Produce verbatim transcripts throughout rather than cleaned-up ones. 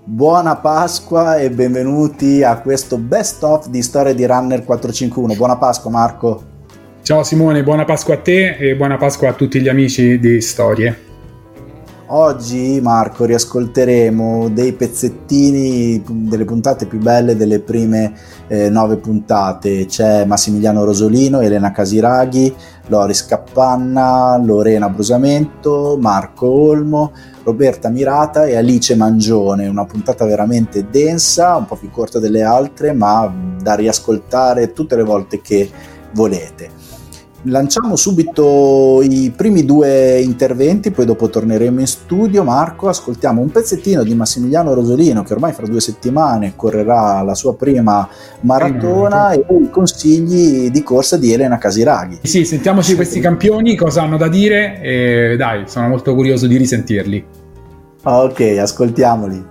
Buona Pasqua e benvenuti a questo best of di Storie di Runner quattrocentocinquantuno. Buona Pasqua Marco. Ciao Simone, buona Pasqua a te e buona Pasqua a tutti gli amici di Storie. Oggi Marco riascolteremo dei pezzettini delle puntate più belle delle prime eh, nove puntate. C'è Massimiliano Rosolino, Elena Casiraghi, Loris Cappanna, Lorena Brusamento, Marco Olmo, Roberta Mirata e Alice Mangione. Una puntata veramente densa, un po' più corta delle altre, ma da riascoltare tutte le volte che volete. Lanciamo subito i primi due interventi, poi dopo torneremo in studio. Marco, ascoltiamo un pezzettino di Massimiliano Rosolino, che ormai fra due settimane correrà la sua prima maratona, e i consigli di corsa di Elena Casiraghi. Sì, sentiamoci questi campioni cosa hanno da dire e dai, sono molto curioso di risentirli. Ok, ascoltiamoli.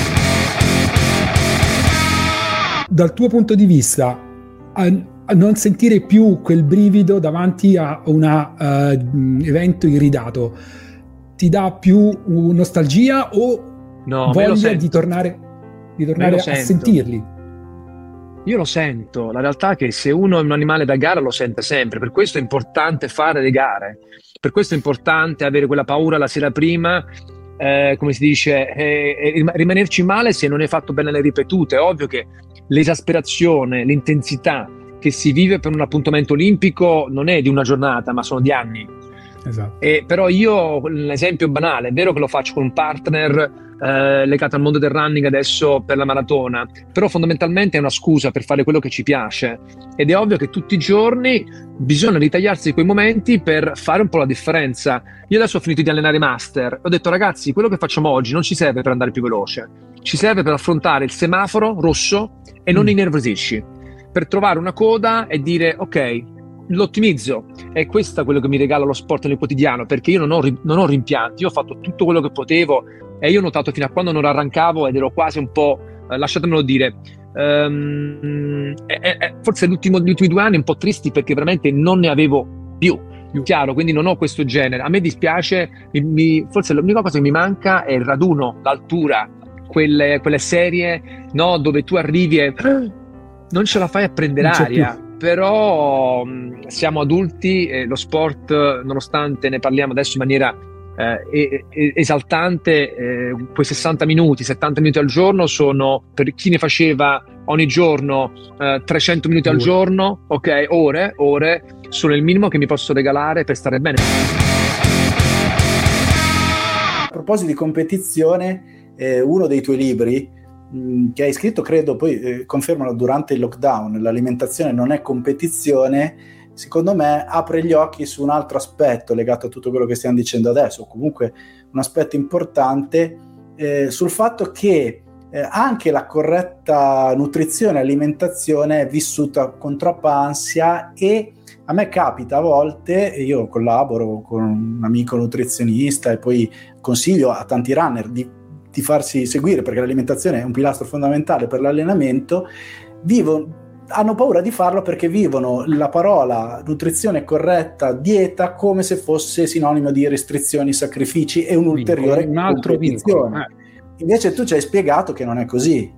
Dal tuo punto di vista, a non sentire più quel brivido davanti a un uh, evento iridato ti dà più nostalgia o no, voglia di tornare, di tornare a sento. sentirli? Io lo sento, la realtà è che se uno è un animale da gara lo sente sempre, per questo è importante fare le gare, per questo è importante avere quella paura la sera prima, eh, come si dice, eh, eh, rimanerci male se non è fatto bene le ripetute. È ovvio che l'esasperazione, l'intensità che si vive per un appuntamento olimpico non è di una giornata, ma sono di anni. Esatto. E però io, l'esempio banale, è vero che lo faccio con un partner eh, legato al mondo del running adesso per la maratona, però fondamentalmente è una scusa per fare quello che ci piace, ed è ovvio che tutti i giorni bisogna ritagliarsi quei momenti per fare un po' la differenza. Io adesso ho finito di allenare master, ho detto ragazzi, quello che facciamo oggi non ci serve per andare più veloce, ci serve per affrontare il semaforo rosso e non mm. innervosirci, per trovare una coda e dire ok, l'ottimizzo. È questo quello che mi regala lo sport nel quotidiano, perché io non ho, non ho rimpianti, io ho fatto tutto quello che potevo e io ho notato fino a quando non arrancavo ed ero quasi un po', eh, lasciatemelo dire, um, eh, eh, forse l'ultimo, gli ultimi due anni un po' tristi perché veramente non ne avevo più, più chiaro, quindi non ho questo genere. A me dispiace, mi, mi, forse l'unica cosa che mi manca è il raduno, l'altura, quelle, quelle serie, no, dove tu arrivi e non ce la fai a prendere aria, più. Però mh, siamo adulti e lo sport, nonostante ne parliamo adesso in maniera eh, e- esaltante, eh, quei sessanta minuti, settanta minuti al giorno sono, per chi ne faceva ogni giorno eh, trecento minuti al giorno, ok, ore, ore, sono il minimo che mi posso regalare per stare bene. A proposito di competizione, eh, uno dei tuoi libri che hai scritto, credo, poi eh, confermano durante il lockdown, l'alimentazione non è competizione, secondo me apre gli occhi su un altro aspetto legato a tutto quello che stiamo dicendo adesso, comunque un aspetto importante, eh, sul fatto che eh, anche la corretta nutrizione e alimentazione è vissuta con troppa ansia, e a me capita a volte, e io collaboro con un amico nutrizionista e poi consiglio a tanti runner di di farsi seguire, perché l'alimentazione è un pilastro fondamentale per l'allenamento, vivono, hanno paura di farlo perché vivono la parola nutrizione corretta, dieta, come se fosse sinonimo di restrizioni, sacrifici e un'ulteriore un altro competizione. Eh. Invece tu ci hai spiegato che non è così.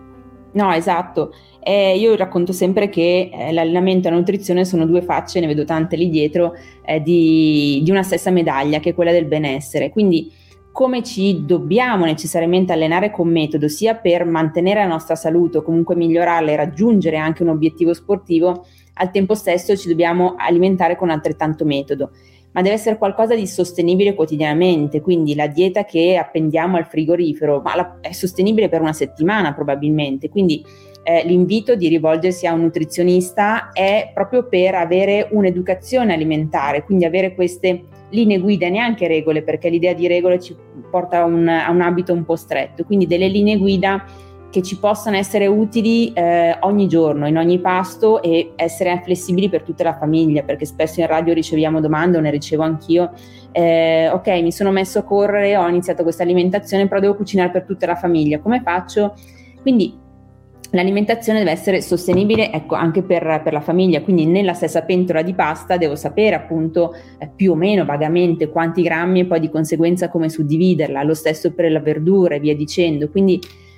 No, esatto. Eh, io racconto sempre che eh, l'allenamento e la nutrizione sono due facce, ne vedo tante lì dietro, eh, di, di una stessa medaglia, che è quella del benessere. Quindi come ci dobbiamo necessariamente allenare con metodo, sia per mantenere la nostra salute o comunque migliorarla e raggiungere anche un obiettivo sportivo, al tempo stesso ci dobbiamo alimentare con altrettanto metodo. Ma deve essere qualcosa di sostenibile quotidianamente, quindi la dieta che appendiamo al frigorifero, ma la, è sostenibile per una settimana probabilmente, quindi eh, l'invito di rivolgersi a un nutrizionista è proprio per avere un'educazione alimentare, quindi avere queste linee guida, neanche regole, perché l'idea di regole ci porta a un, a un ambito un po' stretto, quindi delle linee guida che ci possano essere utili eh, ogni giorno, in ogni pasto, e essere flessibili per tutta la famiglia, perché spesso in radio riceviamo domande, o ne ricevo anch'io, eh, ok, mi sono messo a correre, ho iniziato questa alimentazione, però devo cucinare per tutta la famiglia, come faccio? Quindi l'alimentazione deve essere sostenibile, ecco, anche per, per la famiglia, quindi nella stessa pentola di pasta devo sapere appunto eh, più o meno vagamente quanti grammi e poi di conseguenza come suddividerla, lo stesso per la verdura e via dicendo, quindi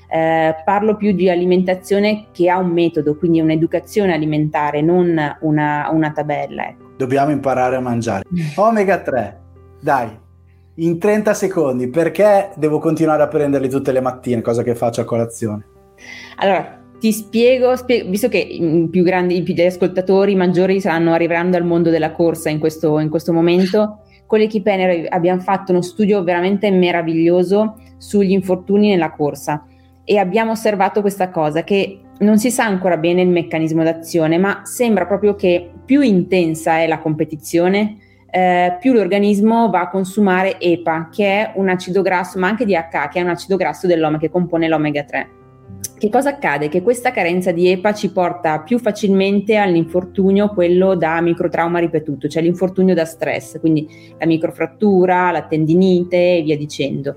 eh, parlo più di alimentazione che ha un metodo, quindi un'educazione alimentare, non una, una tabella. Ecco. Dobbiamo imparare a mangiare. Omega tre, dai, in trenta secondi, perché devo continuare a prenderli tutte le mattine, cosa che faccio a colazione? Allora, ti spiego, spiego visto che i più grandi, i più gli ascoltatori maggiori stanno arrivando al mondo della corsa in questo, in questo momento, con l'Equipe Energy abbiamo fatto uno studio veramente meraviglioso sugli infortuni nella corsa e abbiamo osservato questa cosa, che non si sa ancora bene il meccanismo d'azione, ma sembra proprio che più intensa è la competizione, eh, più l'organismo va a consumare E P A, che è un acido grasso, ma anche D H A, che è un acido grasso dell'omega, che compone l'omega tre. Che cosa accade? Che questa carenza di E P A ci porta più facilmente all'infortunio, quello da microtrauma ripetuto, cioè l'infortunio da stress, quindi la microfrattura, la tendinite e via dicendo.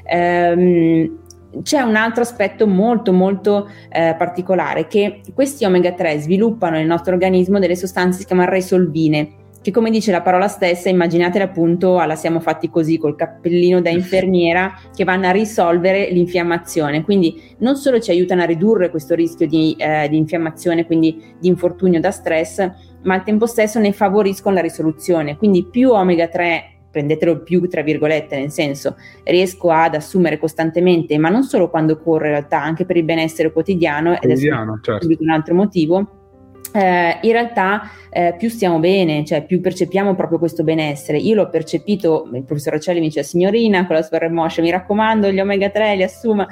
Ehm, c'è un altro aspetto molto molto eh, particolare, che questi omega tre sviluppano nel nostro organismo delle sostanze che si chiamano resolvine, che come dice la parola stessa, immaginatele appunto alla siamo fatti così col cappellino da infermiera, che vanno a risolvere l'infiammazione, quindi non solo ci aiutano a ridurre questo rischio di, eh, di infiammazione, quindi di infortunio da stress, ma al tempo stesso ne favoriscono la risoluzione, quindi più omega tre, prendetelo più tra virgolette, nel senso riesco ad assumere costantemente, ma non solo quando corro, in realtà anche per il benessere quotidiano, ed è certo. Un altro motivo. Eh, in realtà eh, più stiamo bene, cioè più percepiamo proprio questo benessere. Io l'ho percepito, il professor Roccelli mi dice: signorina, con la sua remoscia, mi raccomando, gli omega tre li assuma.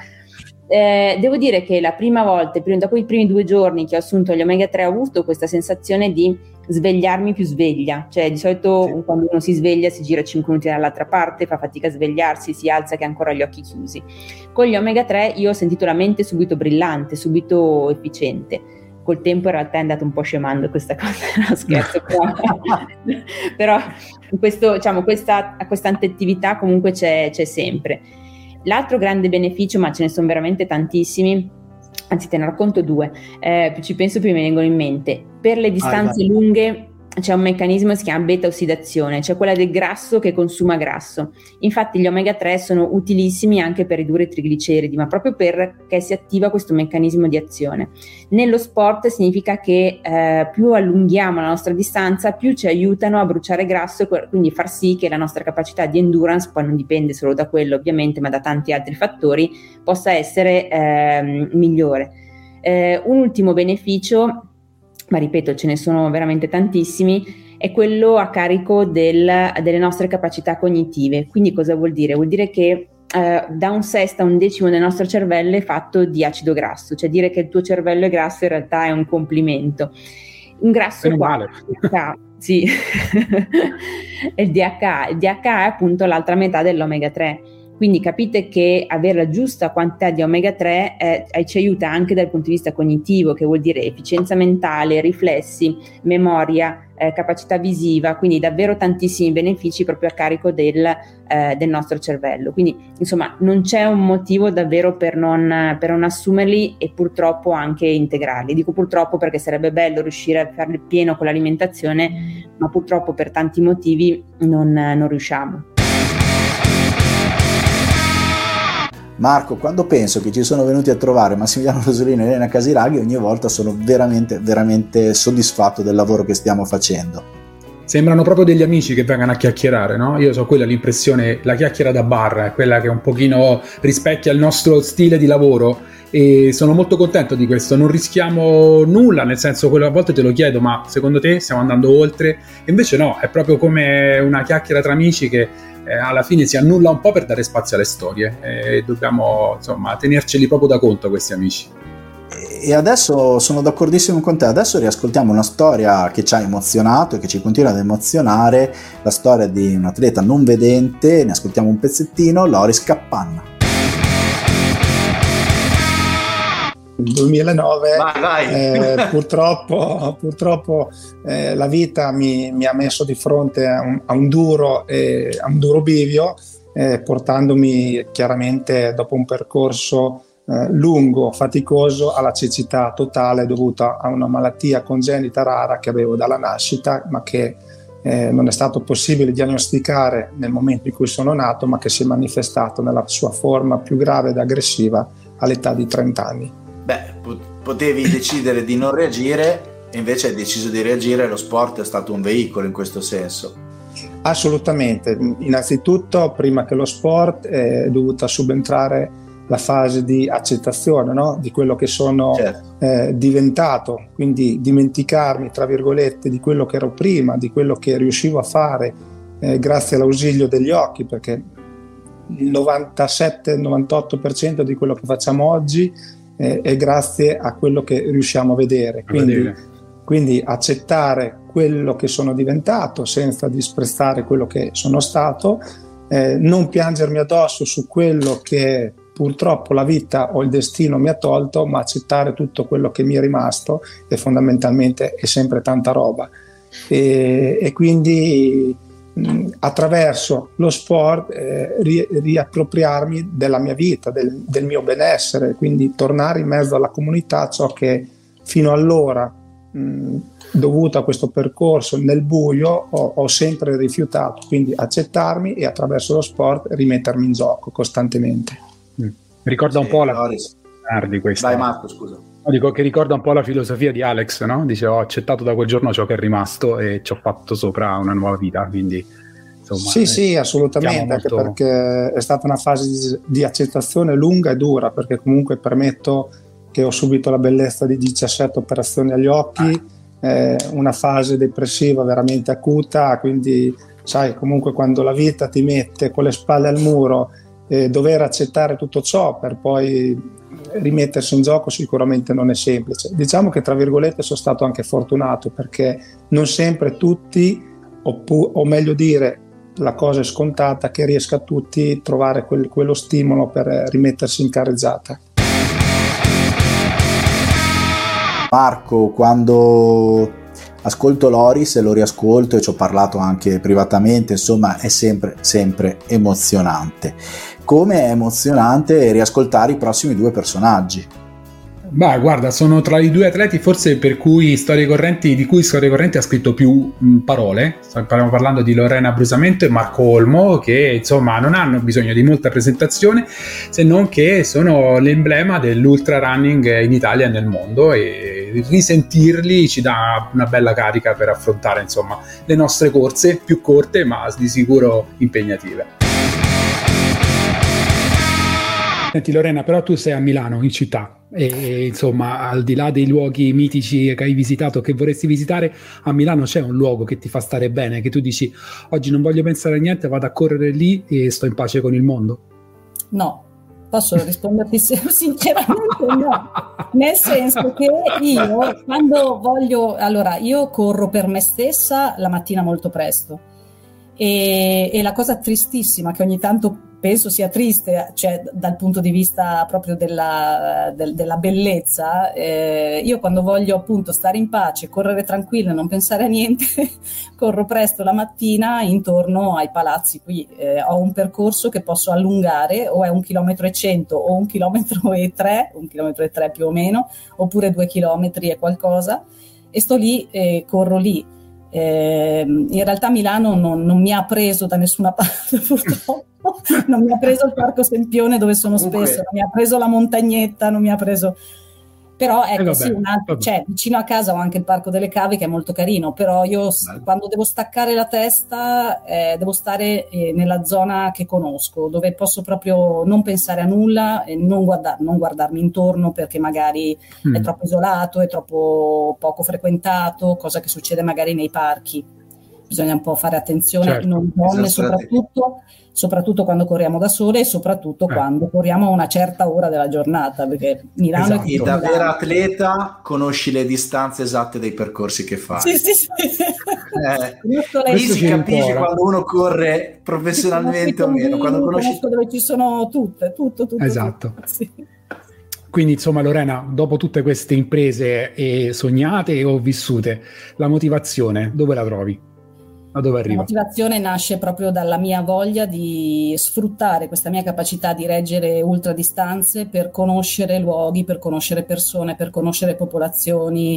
Eh, devo dire che la prima volta, dopo i primi due giorni che ho assunto gli omega tre, ho avuto questa sensazione di svegliarmi più sveglia, cioè di solito sì. Quando uno si sveglia si gira cinque minuti dall'altra parte, fa fatica a svegliarsi, si alza che ha ancora gli occhi chiusi. Con gli omega tre io ho sentito la mente subito brillante, subito efficiente. Col tempo in realtà è andato un po' scemando questa cosa, no, scherzo, però, però questo, diciamo, questa, questa attività comunque c'è, c'è sempre. L'altro grande beneficio, ma ce ne sono veramente tantissimi, anzi te ne racconto due, eh, più ci penso più mi vengono in mente. Per le distanze ah, lunghe c'è un meccanismo che si chiama beta ossidazione, cioè quella del grasso che consuma grasso. Infatti gli omega tre sono utilissimi anche per ridurre i trigliceridi, ma proprio perché si attiva questo meccanismo di azione. Nello sport significa che eh, più allunghiamo la nostra distanza, più ci aiutano a bruciare grasso e quindi far sì che la nostra capacità di endurance, poi non dipende solo da quello ovviamente, ma da tanti altri fattori, possa essere eh, migliore. Eh, un ultimo beneficio, ma ripeto ce ne sono veramente tantissimi, è quello a carico del, delle nostre capacità cognitive. Quindi cosa vuol dire? Vuol dire che eh, da un sesto a un decimo del nostro cervello è fatto di acido grasso, cioè dire che il tuo cervello è grasso in realtà è un complimento. Un grasso qua, sì, è il D H A. Il D H A è appunto l'altra metà dell'omega tre. Quindi capite che avere la giusta quantità di omega tre eh, ci aiuta anche dal punto di vista cognitivo, che vuol dire efficienza mentale, riflessi, memoria, eh, capacità visiva, quindi davvero tantissimi benefici proprio a carico del, eh, del nostro cervello. Quindi insomma non c'è un motivo davvero per non, per non assumerli e purtroppo anche integrarli. Dico purtroppo perché sarebbe bello riuscire a farli pieno con l'alimentazione, ma purtroppo per tanti motivi non, non riusciamo. Marco, quando penso che ci sono venuti a trovare Massimiliano Rosolino e Elena Casiraghi, ogni volta sono veramente, veramente soddisfatto del lavoro che stiamo facendo. Sembrano proprio degli amici che vengono a chiacchierare, no? Io so quella l'impressione, la chiacchiera da bar è quella che un pochino rispecchia il nostro stile di lavoro e sono molto contento di questo. Non rischiamo nulla, nel senso, quello a volte te lo chiedo, ma secondo te stiamo andando oltre? E invece no, è proprio come una chiacchiera tra amici che eh, alla fine si annulla un po' per dare spazio alle storie e dobbiamo insomma tenerceli proprio da conto questi amici. E adesso sono d'accordissimo con te, adesso riascoltiamo una storia che ci ha emozionato e che ci continua ad emozionare, la storia di un atleta non vedente, ne ascoltiamo un pezzettino, Loris Cappanna. Nel duemilanove eh, purtroppo, purtroppo eh, la vita mi, mi ha messo di fronte a un, a un, duro, eh, a un duro bivio, eh, portandomi chiaramente dopo un percorso Eh, lungo, faticoso, alla cecità totale dovuta a una malattia congenita rara che avevo dalla nascita, ma che eh, non è stato possibile diagnosticare nel momento in cui sono nato, ma che si è manifestato nella sua forma più grave ed aggressiva all'età di trenta anni. Beh, potevi decidere di non reagire e invece hai deciso di reagire, e lo sport è stato un veicolo in questo senso. Assolutamente. Innanzitutto, prima che lo sport, è dovuta subentrare la fase di accettazione, no? Di quello che sono certo. eh, diventato, quindi dimenticarmi, tra virgolette, di quello che ero prima, di quello che riuscivo a fare eh, grazie all'ausilio degli occhi, perché il novantasette novantotto per cento di quello che facciamo oggi eh, è grazie a quello che riusciamo a vedere. Quindi, quindi accettare quello che sono diventato senza disprezzare quello che sono stato, eh, non piangermi addosso su quello che purtroppo la vita o il destino mi ha tolto, ma accettare tutto quello che mi è rimasto, e fondamentalmente è sempre tanta roba. E, e quindi mh, attraverso lo sport eh, ri, riappropriarmi della mia vita, del, del mio benessere, quindi tornare in mezzo alla comunità, ciò che fino allora, mh, dovuto a questo percorso nel buio, ho, ho sempre rifiutato, quindi accettarmi e attraverso lo sport rimettermi in gioco costantemente. Mi ricorda un sì, po' la di questa. Vai Marco, scusa. No, dico che ricorda un po' la filosofia di Alex, no? Dice: ho accettato da quel giorno ciò che è rimasto e ci ho fatto sopra una nuova vita, quindi insomma, sì, eh, sì, assolutamente, anche molto... perché è stata una fase di, di accettazione lunga e dura, perché comunque permetto che ho subito la bellezza di diciassette operazioni agli occhi, ah. eh, una fase depressiva veramente acuta, quindi sai, comunque quando la vita ti mette con le spalle al muro, Eh, dover accettare tutto ciò per poi rimettersi in gioco sicuramente non è semplice. Diciamo che tra virgolette sono stato anche fortunato, perché non sempre tutti, oppu- o meglio dire, la cosa è scontata che riesca a tutti trovare quel, quello stimolo per rimettersi in carreggiata. Marco, quando ascolto Loris e lo riascolto, e ci ho parlato anche privatamente, insomma è sempre sempre emozionante. Come è emozionante riascoltare i prossimi due personaggi. Beh, guarda, sono tra i due atleti forse per cui Storie Correnti, di cui Storie Correnti ha scritto più mh, parole. Stiamo parlando di Lorena Brusamento e Marco Olmo, che insomma non hanno bisogno di molta presentazione, se non che sono l'emblema dell'ultra running in Italia e nel mondo, e risentirli ci dà una bella carica per affrontare insomma le nostre corse più corte ma di sicuro impegnative. Senti Lorena, però tu sei a Milano, in città, e insomma al di là dei luoghi mitici che hai visitato, che vorresti visitare, a Milano c'è un luogo che ti fa stare bene, che tu dici oggi non voglio pensare a niente, vado a correre lì e sto in pace con il mondo? No, posso risponderti sinceramente no, nel senso che io quando voglio, allora io corro per me stessa la mattina molto presto, e, e la cosa tristissima che ogni tanto penso sia triste, cioè dal punto di vista proprio della, del, della bellezza, eh, io quando voglio appunto stare in pace, correre tranquilla, non pensare a niente, corro presto la mattina intorno ai palazzi. Qui eh, ho un percorso che posso allungare, o è un chilometro e cento o un chilometro e tre, un chilometro e tre più o meno, oppure due chilometri e qualcosa, e sto lì e corro lì. Eh, in realtà Milano non, non mi ha preso da nessuna parte purtroppo, non mi ha preso il Parco Sempione dove sono spesso, okay. Non mi ha preso la montagnetta, non mi ha preso, però ecco, eh vabbè, sì, un altro, cioè, vicino a casa ho anche il Parco delle Cave che è molto carino, però io Beh. quando devo staccare la testa eh, devo stare eh, nella zona che conosco, dove posso proprio non pensare a nulla e non, guarda- non guardarmi intorno, perché magari mm. è troppo isolato, è troppo poco frequentato, cosa che succede magari nei parchi. Bisogna un po' fare attenzione, certo. Non donne soprattutto, soprattutto quando corriamo da sole, e soprattutto eh. quando corriamo a una certa ora della giornata, perché Milano esatto. è da vera atleta conosci le distanze esatte dei percorsi che fai. Sì, sì, sì. Eh, qui si capisce quando uno corre professionalmente o meno, quando conosci dove ci sono tutte, tutto, tutto. Esatto. Tutto, sì. Quindi insomma Lorena, dopo tutte queste imprese e sognate o vissute, la motivazione dove la trovi? A dove arriva? La motivazione nasce proprio dalla mia voglia di sfruttare questa mia capacità di reggere ultradistanze per conoscere luoghi, per conoscere persone, per conoscere popolazioni,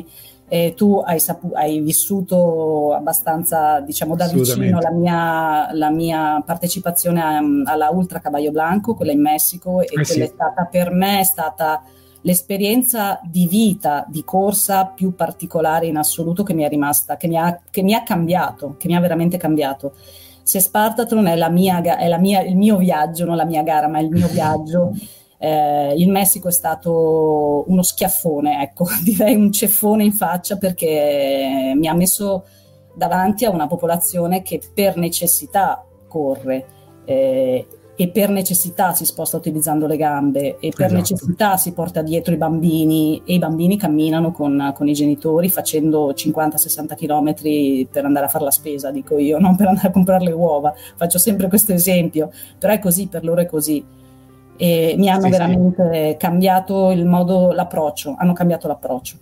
E tu hai, sapu- hai vissuto abbastanza, diciamo, da vicino la mia, la mia partecipazione a, alla Ultra Caballo Blanco, quella in Messico, e eh quella sì. è stata, per me è stata l'esperienza di vita, di corsa più particolare in assoluto che mi è rimasta, che mi ha, che mi ha cambiato, che mi ha veramente cambiato. Se Spartathlon è, la mia, è la mia, il mio viaggio, non la mia gara, ma il mio viaggio. Eh, il Messico è stato uno schiaffone, ecco, direi un ceffone in faccia, perché mi ha messo davanti a una popolazione che per necessità corre, eh, e per necessità si sposta utilizzando le gambe, e per Esatto. necessità si porta dietro i bambini, e i bambini camminano con, con i genitori facendo cinquanta sessanta chilometri per andare a fare la spesa, dico io, non per andare a comprare le uova. Faccio sempre questo esempio, però è così, per loro è così. E mi hanno sì, veramente sì. cambiato il modo, l'approccio, hanno cambiato l'approccio.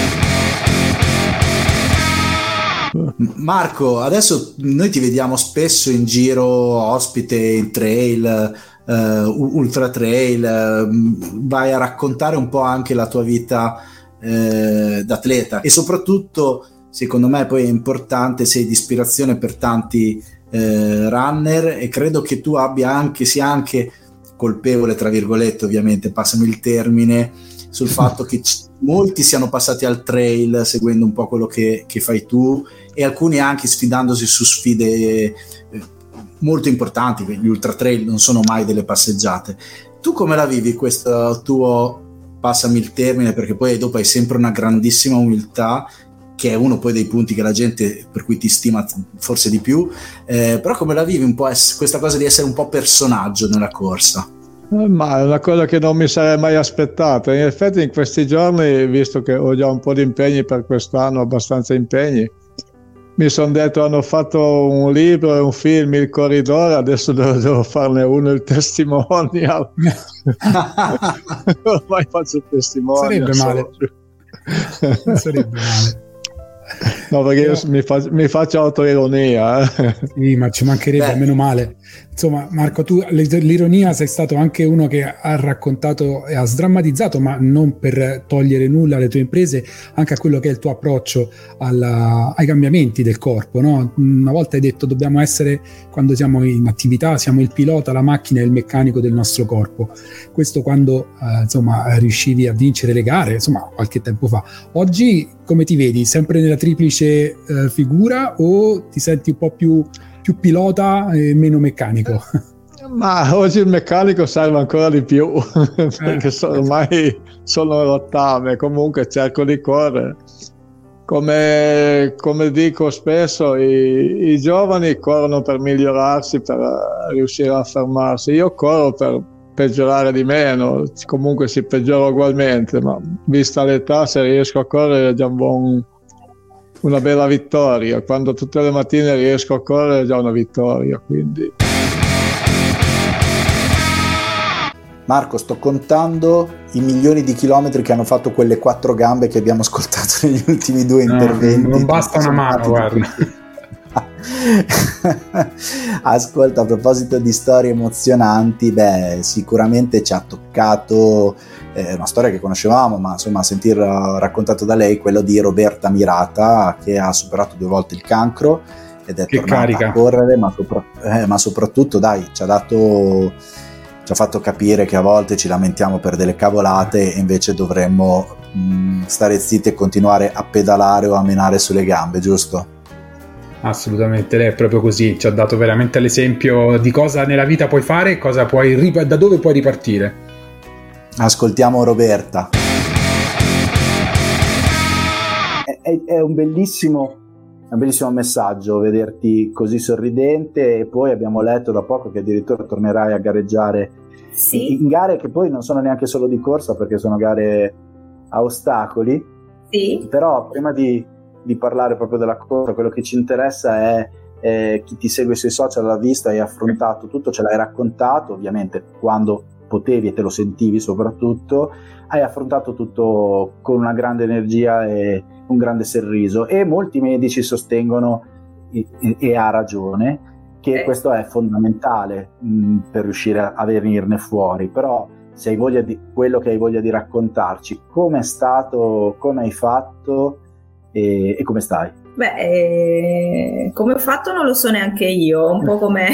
Marco, adesso noi ti vediamo spesso in giro ospite in trail, uh, ultra trail, uh, vai a raccontare un po' anche la tua vita uh, d'atleta, e soprattutto secondo me poi è importante, sei di ispirazione per tanti uh, runner, e credo che tu abbia anche, sia anche colpevole, tra virgolette, ovviamente, passami il termine, sul fatto che c- molti siano passati al trail seguendo un po' quello che, che fai tu, e alcuni anche sfidandosi su sfide eh, molto importanti. Gli ultra trail non sono mai delle passeggiate. Tu come la vivi questo tuo, passami il termine, perché poi dopo hai sempre una grandissima umiltà, che è uno poi dei punti che la gente, per cui ti stima forse di più, eh, però come la vivi un po' es- questa cosa di essere un po' personaggio nella corsa? Ma è una cosa che non mi sarei mai aspettato. In effetti in questi giorni, visto che ho già un po' di impegni per quest'anno, abbastanza impegni, mi sono detto, hanno fatto un libro e un film, Il Corridore, adesso devo, devo farne uno, il testimonial. Ormai faccio il testimonial. Sarebbe male. Non sarebbe male. No, perché io mi, fa, mi faccio autoironia. Eh. Sì, ma ci mancherebbe, meno male. Insomma, Marco, tu l'ironia sei stato anche uno che ha raccontato e ha sdrammatizzato, ma non per togliere nulla alle tue imprese, anche a quello che è il tuo approccio alla, ai cambiamenti del corpo, no? Una volta hai detto dobbiamo essere, quando siamo in attività, siamo il pilota, la macchina e il meccanico del nostro corpo. Questo quando eh, insomma riuscivi a vincere le gare, insomma, qualche tempo fa. Oggi come ti vedi? Sempre nella triplice eh, figura, o ti senti un po' più, più pilota e meno meccanico? Ma oggi il meccanico serve ancora di più, perché so, ormai sono rottame, comunque cerco di correre. Come, come dico spesso, i, i giovani corrono per migliorarsi, per riuscire a fermarsi. Io corro per peggiorare di meno, comunque si peggiora ugualmente, ma vista l'età, se riesco a correre è già un buon, una bella vittoria. Quando tutte le mattine riesco a correre è già una vittoria, quindi. Marco, sto contando i milioni di chilometri che hanno fatto quelle quattro gambe che abbiamo ascoltato negli ultimi due no, interventi. Non basta una mano, guarda. Ascolta, a proposito di storie emozionanti, beh, sicuramente ci ha toccato eh, una storia che conoscevamo, ma insomma sentirla raccontato da lei, quello di Roberta Mirata, che ha superato due volte il cancro ed è che tornata carica. a correre, ma, sopra- eh, ma soprattutto dai, ci ha dato, ci ha fatto capire che a volte ci lamentiamo per delle cavolate e invece dovremmo mh, stare zitti e continuare a pedalare o a menare sulle gambe, giusto? Assolutamente, lei è proprio così, ci ha dato veramente l'esempio di cosa nella vita puoi fare, cosa puoi, da dove puoi ripartire. Ascoltiamo Roberta. È, è, è un bellissimo è un bellissimo messaggio vederti così sorridente, e poi abbiamo letto da poco che addirittura tornerai a gareggiare sì. in, in gare che poi non sono neanche solo di corsa, perché sono gare a ostacoli. Sì. Però prima di di parlare proprio della corsa, quello che ci interessa è eh, chi ti segue sui social l'ha vista, hai affrontato tutto, ce l'hai raccontato, ovviamente quando potevi e te lo sentivi soprattutto, hai affrontato tutto con una grande energia e un grande sorriso, e molti medici sostengono, e, e ha ragione, che eh. questo è fondamentale mh, per riuscire a, a venirne fuori. Però se hai voglia di quello che hai voglia di raccontarci, come è stato, come hai fatto, e, e come stai? Beh, eh, come ho fatto non lo so neanche io, un po' come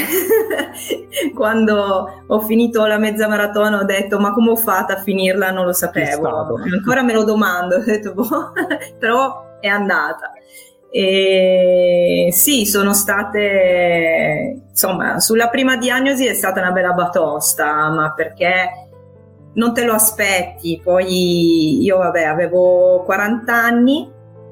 quando ho finito la mezza maratona ho detto ma come ho fatto a finirla, non lo sapevo, ancora me lo domando, ho detto, boh, però è andata. E sì, sono state, insomma, sulla prima diagnosi è stata una bella batosta, ma perché non te lo aspetti. Poi io vabbè avevo quaranta anni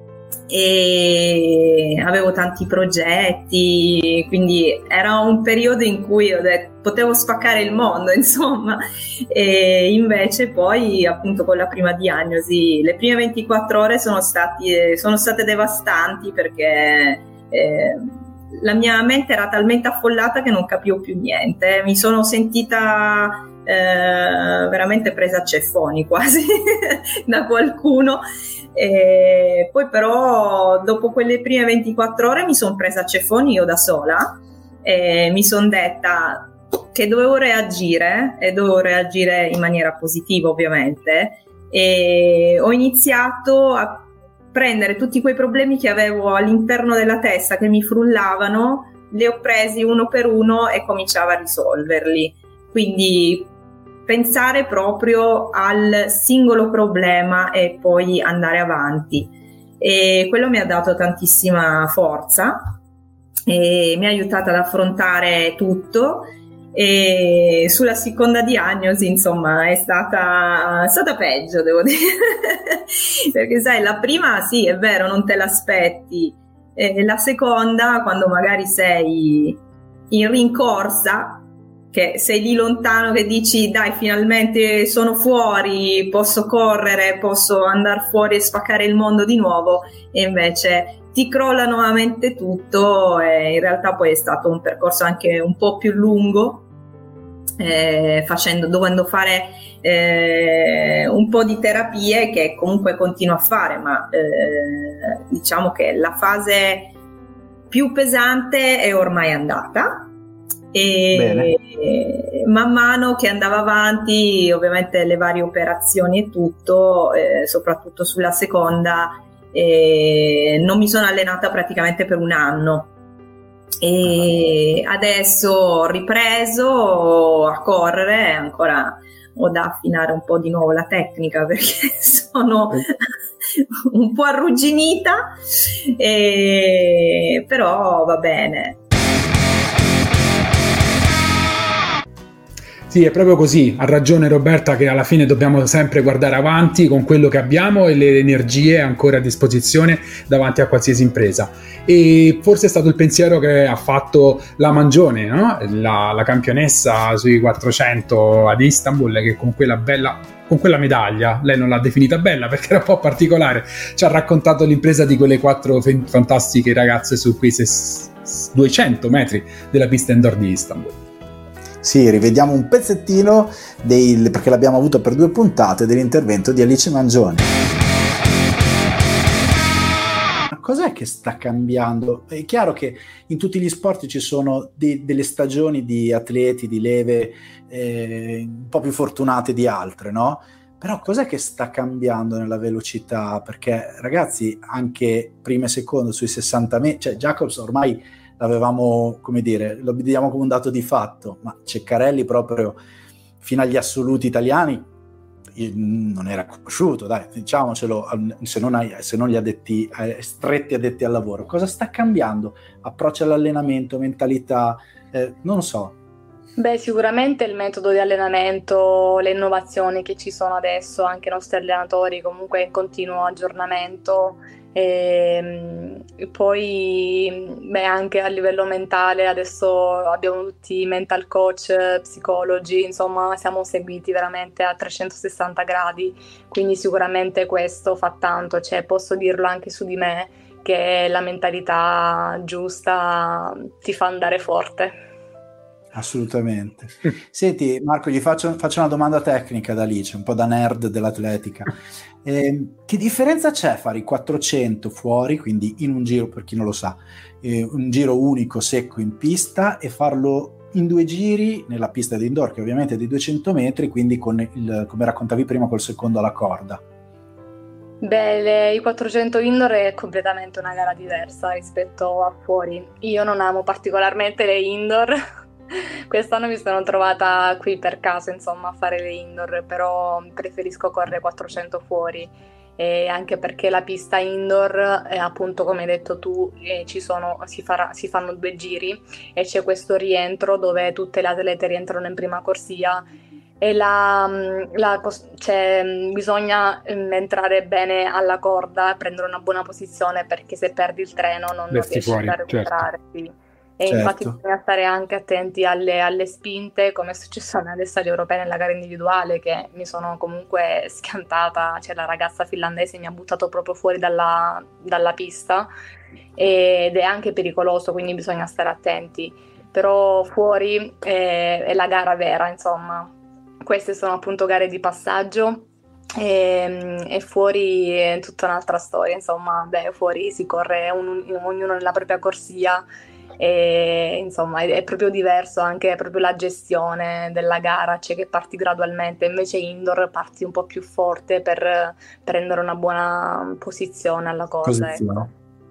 e avevo tanti progetti, quindi era un periodo in cui ho detto, potevo spaccare il mondo, insomma, e invece poi appunto con la prima diagnosi le prime ventiquattro ore sono, stati, sono state devastanti, perché eh, la mia mente era talmente affollata che non capivo più niente, mi sono sentita eh, veramente presa a ceffoni quasi da qualcuno. E poi però dopo quelle prime ventiquattro ore mi sono presa a ceffoni io da sola e mi sono detta che dovevo reagire e dovevo reagire in maniera positiva, ovviamente, e ho iniziato a prendere tutti quei problemi che avevo all'interno della testa che mi frullavano, li ho presi uno per uno e cominciavo a risolverli, quindi pensare proprio al singolo problema e poi andare avanti, e quello mi ha dato tantissima forza e mi ha aiutato ad affrontare tutto. E sulla seconda diagnosi, insomma, è stata, è stata peggio, devo dire perché sai, la prima sì, è vero, non te l'aspetti, e la seconda, quando magari sei in rincorsa, che sei lì lontano, che dici dai, finalmente sono fuori, posso correre, posso andare fuori e spaccare il mondo di nuovo, e invece ti crolla nuovamente tutto. E in realtà poi è stato un percorso anche un po' più lungo, eh, facendo, dovendo fare eh, un po' di terapie, che comunque continuo a fare, ma eh, diciamo che la fase più pesante è ormai andata. E Bene. Man mano che andava avanti, ovviamente le varie operazioni e tutto, eh, soprattutto sulla seconda, eh, non mi sono allenata praticamente per un anno, e adesso ho ripreso a correre, ancora ho da affinare un po' di nuovo la tecnica, perché sono un po' arrugginita, e però va bene. Sì, è proprio così, ha ragione Roberta, che alla fine dobbiamo sempre guardare avanti con quello che abbiamo e le energie ancora a disposizione davanti a qualsiasi impresa. E forse è stato il pensiero che ha fatto la Mangione, no? la, la campionessa sui quattrocento ad Istanbul, che con quella bella, con quella medaglia, lei non l'ha definita bella perché era un po' particolare, ci ha raccontato l'impresa di quelle quattro f- fantastiche ragazze su quei ses- duecento metri della pista indoor di Istanbul. Sì, rivediamo un pezzettino dei, perché l'abbiamo avuto per due puntate, dell'intervento di Alice Mangione. Ma cos'è che sta cambiando? È chiaro che in tutti gli sport ci sono de- delle stagioni di atleti, di leve eh, un po' più fortunate di altre, no? Però cos'è che sta cambiando nella velocità? Perché ragazzi, anche prima e secondo sui sessanta metri, cioè Jacobs ormai l'avevamo, come dire, lo vediamo come un dato di fatto, ma Ceccarelli proprio fino agli assoluti italiani non era conosciuto, dai, diciamocelo, se non, hai, se non gli addetti, stretti addetti al lavoro. Cosa sta cambiando? Approccio all'allenamento, mentalità, eh, non lo so. Beh, sicuramente il metodo di allenamento, le innovazioni che ci sono adesso, anche i nostri allenatori comunque in continuo aggiornamento. E poi beh, anche a livello mentale adesso abbiamo tutti i mental coach, psicologi, insomma siamo seguiti veramente a trecentosessanta gradi, quindi sicuramente questo fa tanto, cioè posso dirlo anche su di me che la mentalità giusta ti fa andare forte. Assolutamente. Senti Marco, gli faccio, faccio una domanda tecnica da Alice, un po' da nerd dell'atletica. Eh, che differenza c'è fare i quattrocento fuori, quindi in un giro, per chi non lo sa, eh, un giro unico secco in pista, e farlo in due giri nella pista di indoor, che ovviamente è di duecento metri, quindi con il, come raccontavi prima, col secondo alla corda? Beh, le, i quattrocento indoor è completamente una gara diversa rispetto a fuori. Io non amo particolarmente le indoor. Quest'anno mi sono trovata qui per caso, insomma, a fare le indoor, però preferisco correre quattrocento fuori. E anche perché la pista indoor, eh, appunto come hai detto tu, eh, ci sono, si, farà, si fanno due giri e c'è questo rientro dove tutte le atlete rientrano in prima corsia e la, la, cioè, bisogna entrare bene alla corda, prendere una buona posizione, perché se perdi il treno non, non riesci fuori, a recuperare. certo. Sì. E Certo. infatti bisogna stare anche attenti alle, alle spinte, come è successo nelle stagioni europee nella gara individuale, che mi sono comunque schiantata, cioè la ragazza finlandese mi ha buttato proprio fuori dalla, dalla pista, ed è anche pericoloso, quindi bisogna stare attenti. Però fuori è, è la gara vera, insomma. Queste sono appunto gare di passaggio. E, e fuori è tutta un'altra storia, insomma. Beh, fuori si corre un, ognuno nella propria corsia. E insomma è, è proprio diverso anche proprio la gestione della gara, cioè che parti gradualmente, invece indoor parti un po' più forte per prendere una buona posizione alla corda. Posizione.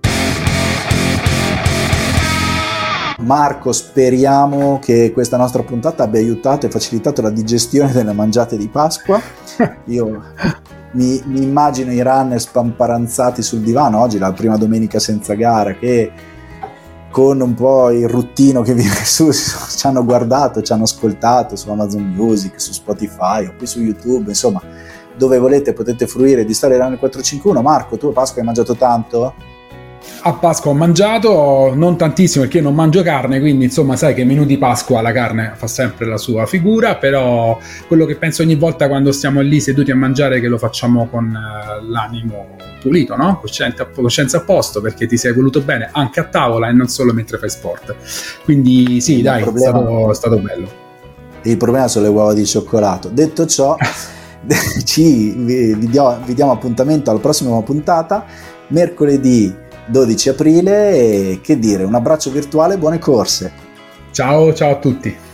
Marco, speriamo che questa nostra puntata abbia aiutato e facilitato la digestione delle mangiate di Pasqua. Io mi, mi immagino i runner spamparanzati sul divano oggi, la prima domenica senza gara, che con un po' il ruttino che viene su ci hanno guardato, ci hanno ascoltato su Amazon Music, su Spotify o qui su YouTube, insomma dove volete potete fruire di Storia Runner quattrocentocinquantuno. Marco, tu a Pasqua hai mangiato tanto? A Pasqua ho mangiato, non tantissimo perché io non mangio carne, quindi insomma sai che menù di Pasqua la carne fa sempre la sua figura, però quello che penso ogni volta quando stiamo lì seduti a mangiare è che lo facciamo con uh, l'animo pulito, no? Coscienza, coscienza a posto, perché ti sei voluto bene anche a tavola e non solo mentre fai sport. Quindi sì, il dai, problema, è, stato, è stato bello. Il problema sono le uova di cioccolato. Detto ciò, ci, vi, vi, diamo, vi diamo appuntamento alla prossima puntata, mercoledì dodici aprile, e che dire, un abbraccio virtuale, buone corse. Ciao, ciao a tutti.